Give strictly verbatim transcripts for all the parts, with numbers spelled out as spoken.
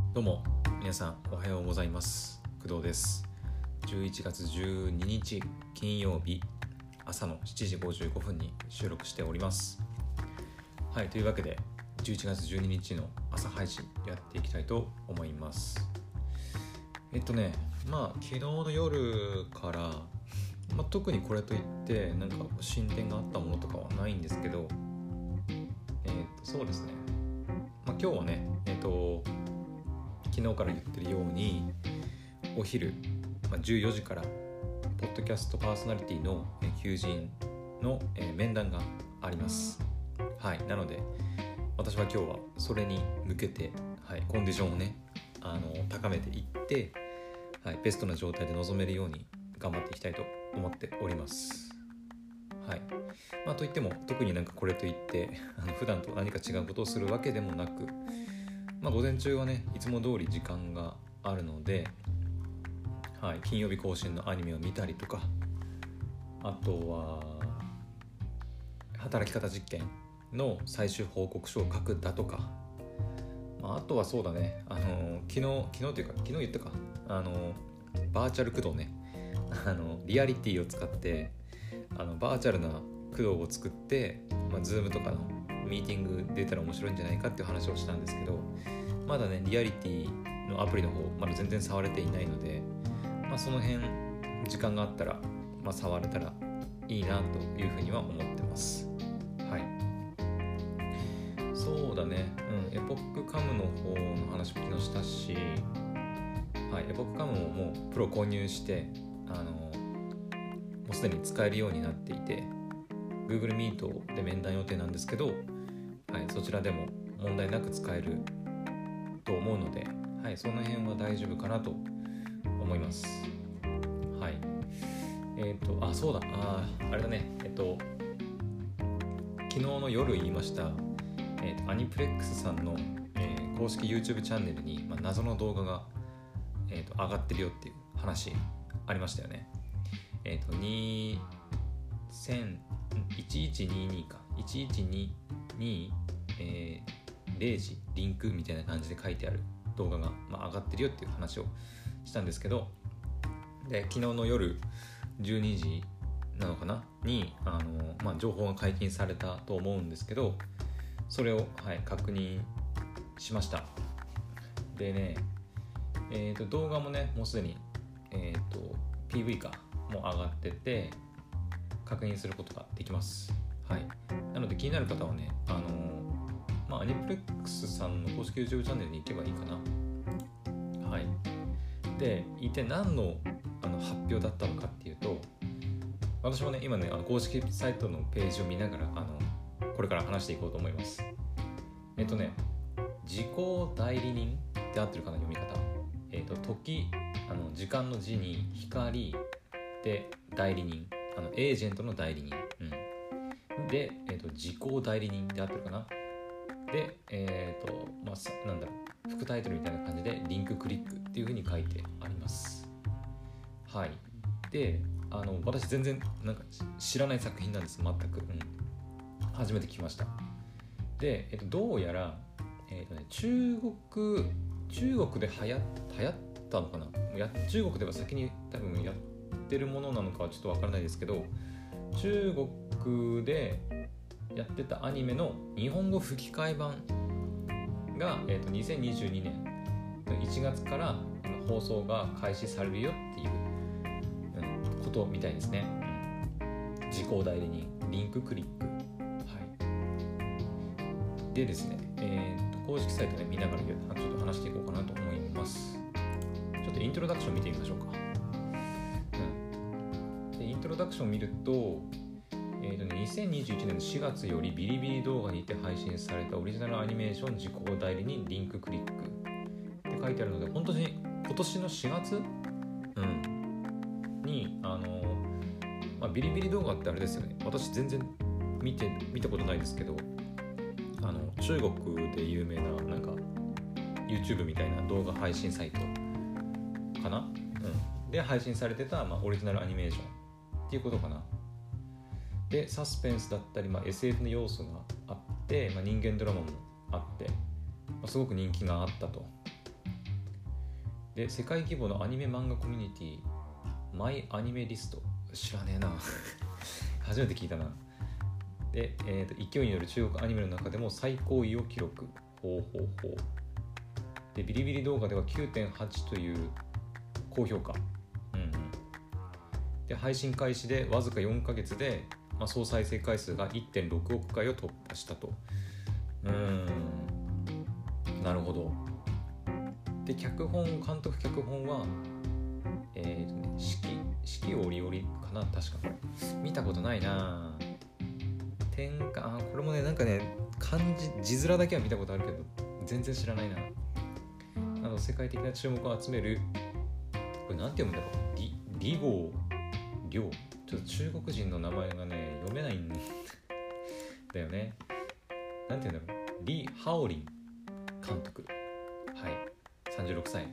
どうも皆さんおはようございます。工藤です。じゅういちがつじゅうににち金曜日朝のしちじごじゅうごふんに収録しております。はい、というわけでじゅういちがつじゅうににちの朝配信やっていきたいと思います。えっとねまあ昨日の夜から、まあ、特にこれといってなんか進展があったものとかはないんですけど、えっとそうですね、まあ、今日はねえっと昨日から言ってるようにお昼、まあ、じゅうよじからポッドキャストパーソナリティの求人の面談があります。はい、なので私は今日はそれに向けて、はい、コンディションをねあの高めていって、はい、ベストな状態で臨めるように頑張っていきたいと思っております。はい、まあ、といっても特になんかこれといってあの普段と何か違うことをするわけでもなく、まあ、午前中はねいつも通り時間があるので、はい、金曜日更新のアニメを見たりとか、あとは働き方実験の最終報告書を書くだとか、まあ、あとはそうだねあの昨日昨日というか昨日言ったかあのバーチャル工藤ねあのリアリティを使ってあのバーチャルな工藤を作って、まあ、Zoom とかのミーティング出たら面白いんじゃないかっていう話をしたんですけど、まだねリアリティのアプリの方まだ全然触れていないので、まあ、その辺時間があったら、まあ、触れたらいいなというふうには思ってます。はい、そうだね、うん、エポックカムの方の話も昨日したし、はい、エポックカムももうプロ購入してあのもうすでに使えるようになっていて Google Meet で面談予定なんですけど、はい、そちらでも問題なく使えると思うので、はい、その辺は大丈夫かなと思います。はい、えっ、ー、とあそうだああれだねえっ、ー、と昨日の夜言いました、えー、とアニプレックスさんの、えー、公式 YouTube チャンネルに、まあ、謎の動画が、えー、と上がってるよっていう話ありましたよね。えっ、ー、とにせんいちいちににかいちいちにに、えー、れいじリンクみたいな感じで書いてある動画が、まあ、上がってるよっていう話をしたんですけど、で昨日の夜じゅうにじなのかなにあの、まあ、情報が解禁されたと思うんですけど、それを、はい、確認しました。でね、えー、と動画もねもうすでに、えー、と ピーブイ かも上がってて確認することができます。はい、なので気になる方はねあのまあアニプレックスさんの公式 YouTube チャンネルに行けばいいかな。はい、で一体何のあの発表だったのかっていうと、私もね今ねあの公式サイトのページを見ながらあのこれから話していこうと思います。えっとね時効代理人って合ってるかな読み方。えっと時あの時間の字に光で代理人あのエージェントの代理人、うん、で、えっと時効代理人って合ってるかな。でえっとまあなんだろう副タイトルみたいな感じでリンククリックっていう風に書いてあります。はい、であの私全然なんか知らない作品なんです全く、うん、初めて聞きました。で、えっと、どうやら、えっとね、中国中国で流行流行ったのかなや中国では先に多分やってるものなのかはちょっとわからないですけど、中国でやってたアニメの日本語吹き替え版が、えっと、にせんにじゅうにねんのいちがつから放送が開始されるよっていう、うん、ことみたいですね。時効代理人リンククリック、はい、でですね、えー、と公式サイトで見ながらちょっと話していこうかなと思います。ちょっとイントロダクション見てみましょうか。うん、でイントロダクションを見ると、えーとね、にせんにじゅういちねんのしがつよりビリビリ動画にて配信されたオリジナルアニメーション時効代理人リンククリックって書いてあるので、本当に今年のしがつ、うん、にあの、まあ、ビリビリ動画ってあれですよね、私全然見て見たことないですけど、あの中国で有名ななんか YouTube みたいな動画配信サイトかな、うん、で配信されてた、まあ、オリジナルアニメーションっていうことかな。でサスペンスだったり、まあ、エスエフ の要素があって、まあ、人間ドラマもあって、まあ、すごく人気があったと。 で世界規模のアニメ漫画コミュニティマイアニメリスト、知らねえな初めて聞いたな。で、えー、と勢いによる中国アニメの中でも最高位を記録。ほうほうほう。でビリビリ動画では きゅうてんはち という高評価、うんうん、で配信開始でわずかよんかげつで、まあ、総再生回数が いってんろくおくかいを突破したと。うーん、なるほど。で脚本監督脚本はえーとね四季四季折々かな、確かこれ見たことないな。天下、あこれもねなんかね漢字字面だけは見たことあるけど全然知らないな。あの世界的な注目を集める、これなんて読むんだろう、リリゴーリョウ、ちょっと中国人の名前がね読めないんだよね。なんて言うんだろう、リ・ハオリン監督、はいさんじゅうろくさい、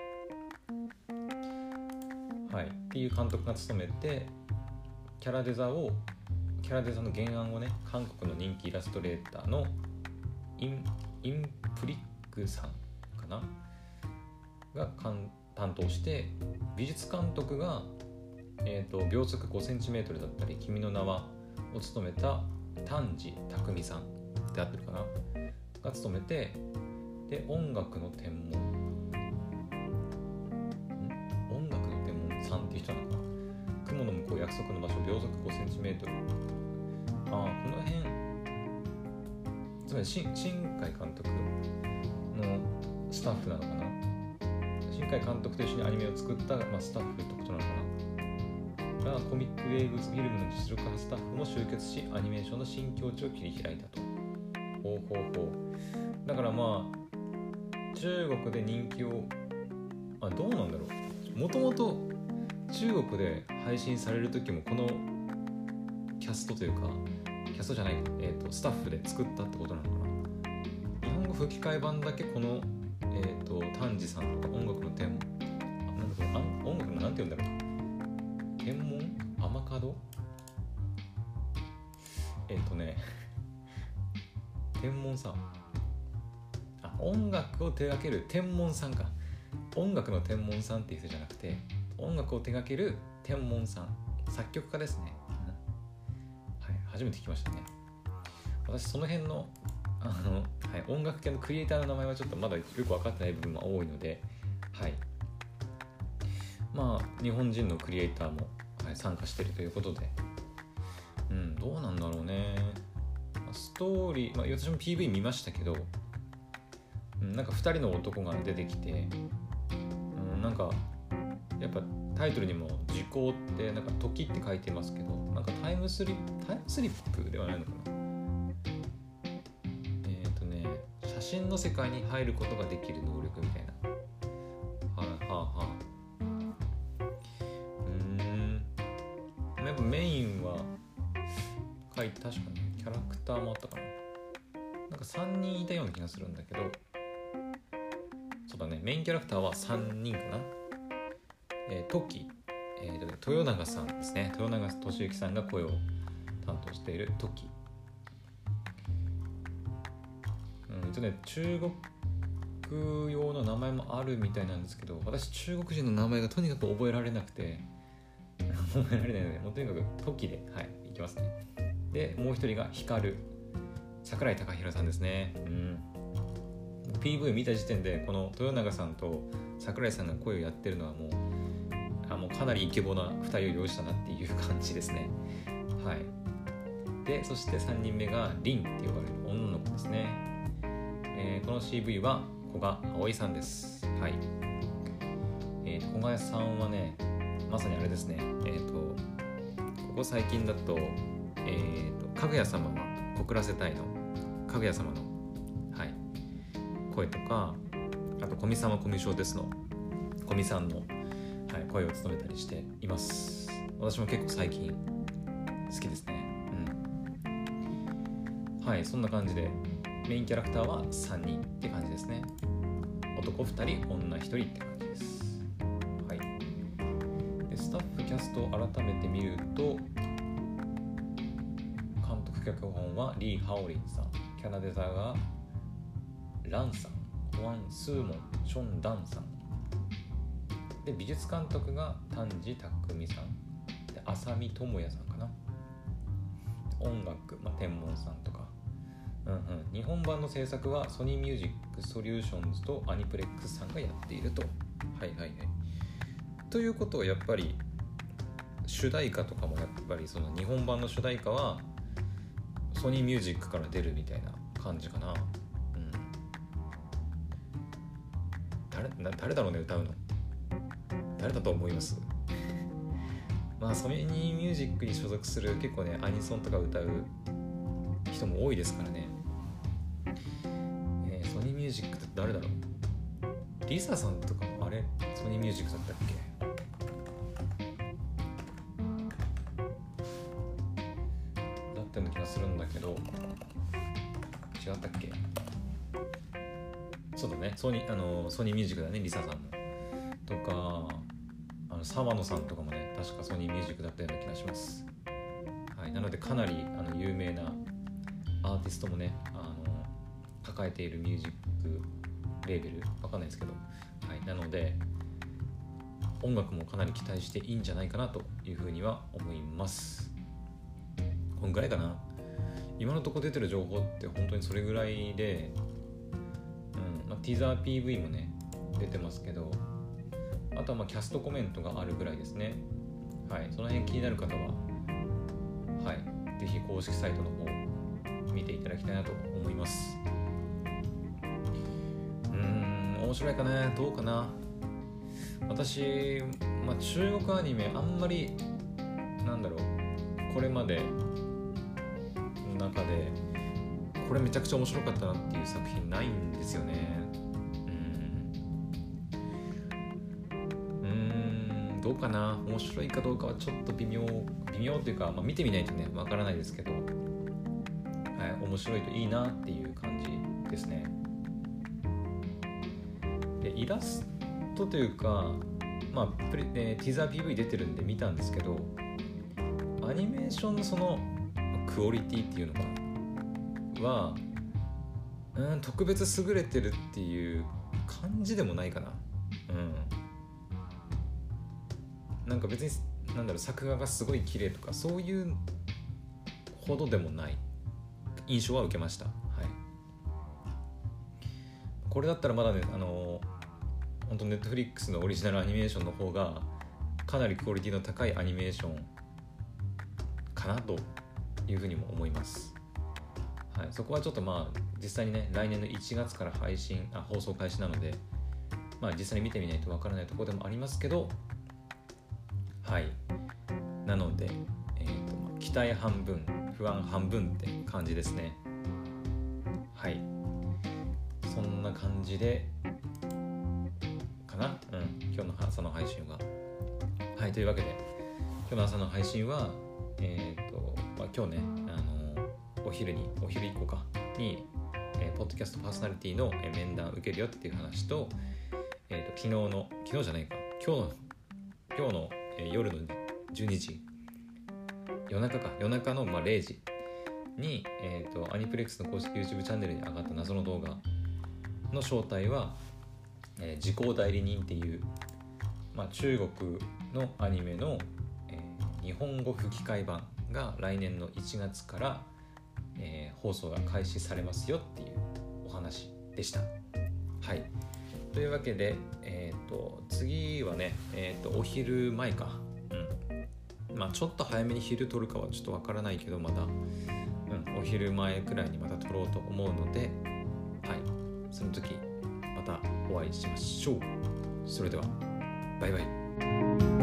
はい、っていう監督が務めて、キャラデザをキャラデザの原案をね韓国の人気イラストレーターのインインプリックさんかなが担当して、美術監督が、えー、と秒速 ごセンチメートル だったり君の名はを務めた丹治匠さんであってるかなが務めて、で音楽の天文音楽の天文さんっていう人なのかな、雲の向こう約束の場所秒速 ごセンチメートル、 ああこの辺つまり新海監督のスタッフなのかな、新海監督と一緒にアニメを作った、まあ、スタッフってことなのかながコミックウェーブフィルムの実力派スタッフも集結しアニメーションの新境地を切り開いたと。ほうほうほう。だからまあ中国で人気をあどうなんだろう、もともと中国で配信される時もこのキャストというかキャストじゃないか、えーと、スタッフで作ったってことなのかな。日本語吹き替え版だけこのえーと丹治さんとか音楽の天文なんだろう、音楽のなんて言うんだろう、天文雨門えっ、ー、とね天文さん、あ音楽を手掛ける天文さんか、音楽の天文さんっていう人じゃなくて音楽を手掛ける天文さん、作曲家ですね、はい、初めて聞きましたね。私その辺のあの、はい、音楽系のクリエイターの名前はちょっとまだよく分かってない部分が多いので、はい、まあ日本人のクリエイターも、はい、参加しているということで、うん、どうなんだろうね。ストーリー、まあ、私も ピーブイ 見ましたけど、うん、なんかふたりの男が出てきて、うん、なんかやっぱタイトルにも時効ってなんか時って書いてますけど、なんかタイムスリップタイムスリップではないのかな。えっ、ー、とね写真の世界に入ることができる能力みたいな。はいはあはあ。うーん。やっぱメインは書いて確かにキャラクターもあったかな。なんかさんにんいたような気がするんだけど、そうだねメインキャラクターはさんにんかな。えー、トキ、えー、豊永さんですね。豊永俊之さんが声を担当しているトキ。うんとね、中国用の名前もあるみたいなんですけど、私中国人の名前がとにかく覚えられなくて覚えられないので、もうとにかくトキで、はい、いきますね。で、もう一人が光、櫻井貴弘さんですね。うん。ピーブイ 見た時点でこの豊永さんと櫻井さんが声をやってるのはもうあもうかなりイケボなふたりを用意したなっていう感じですね。はい。で、そしてさんにんめがリンって呼ばれる女の子ですね。えー、この シーブイ は古賀葵さんです。はい。えーと、古賀さんはね、まさにあれですね。えーと、ここ最近だと、えーと、かぐや様は告らせたいのかぐや様の、はい、声とか、あと古見様古見小ですの古見さんの、はい、声を務めたりしています。私も結構最近好きですね。うん。はい、そんな感じでメインキャラクターはさんにんって感じですね。男ふたり、女ひとりって感じです。はい。で、スタッフキャストを改めて見ると、監督脚本はリー・ハオリンさん、キャラデザがランさん、ホアン・スーモン、ション・ダンさん、 で美術監督が丹治匠さんで浅見智也さんかな。音楽、まあ、天文さんとか、うんうん、日本版の制作はソニーミュージックソリューションズとアニプレックスさんがやっていると。はいはいはい。ということはやっぱり主題歌とかもやっぱりその日本版の主題歌はソニーミュージックから出るみたいな感じかな。うん、誰, な誰だろうね歌うの。誰だと思います？まあソニーミュージックに所属する結構ねアニソンとか歌う人も多いですからね。えー、ソニーミュージックって誰だろう。リサさんとかもあれソニーミュージックだったっけ。だったような気がするんだけど、違ったっけ。そうだね、ソニー、あのソニーミュージックだね、リサさんもとか、あの沢野さんとかもね確かソニーミュージックだったような気がします。はい、なのでかなりあの有名なアーティストもねあの抱えているミュージックレーベルわかんないですけど、はい、なので音楽もかなり期待していいんじゃないかなというふうには思います。こんぐらいかな。今のところ出てる情報って本当にそれぐらいで、うんまあ、ティザー ピーブイ もね出てますけど、あとはまあキャストコメントがあるぐらいですね。はい、その辺気になる方は、はい、ぜひ公式サイトの方見ていただきたいなと思います。うーん、面白いかな、どうかな。私、まあ、中国アニメあんまりなんだろう、これまでの中でこれめちゃくちゃ面白かったなっていう作品ないんですよね。どうかな、面白いかどうかはちょっと微妙微妙というか、まあ、見てみないとねわからないですけど、はい、面白いといいなっていう感じですね。でイラストというか、まあプレ、えー、ティザー ピーブイ 出てるんで見たんですけど、アニメーションのそのクオリティっていうのかはうん特別優れてるっていう感じでもないかな。うんなんか別になんだろう作画がすごい綺麗とかそういうほどでもない印象は受けました。はい、これだったらまだねあの本当ネットフリックスのオリジナルアニメーションの方がかなりクオリティの高いアニメーションかなというふうにも思います。はい、そこはちょっとまあ実際にね来年のいちがつから配信あ放送開始なので、まあ実際に見てみないとわからないところでもありますけど。はい、なので、えーとまあ、期待半分不安半分って感じですね。はい、そんな感じでかな、うん、今日の朝の配信は。はい、というわけで今日の朝の配信は、えーとまあ、今日ね、あのー、お昼にお昼以降かに、えー、ポッドキャストパーソナリティの、えー、面談を受けるよっていう話と、えーと昨日の昨日じゃないか今日の今日の夜のじゅうにじ夜中か夜中のまあれいじに、えー、とアニプレックスの公式 YouTube チャンネルに上がった謎の動画の正体は、えー、時効代理人っていう、まあ、中国のアニメの、えー、日本語吹き替え版が来年のいちがつから、えー、放送が開始されますよっていうお話でした。はい、というわけで、えー、と次はね、えー、とお昼前か、うんまあ、ちょっと早めに昼撮るかはちょっとわからないけどまだ、うん、お昼前くらいにまた撮ろうと思うので、はい、その時またお会いしましょう。それではバイバイ。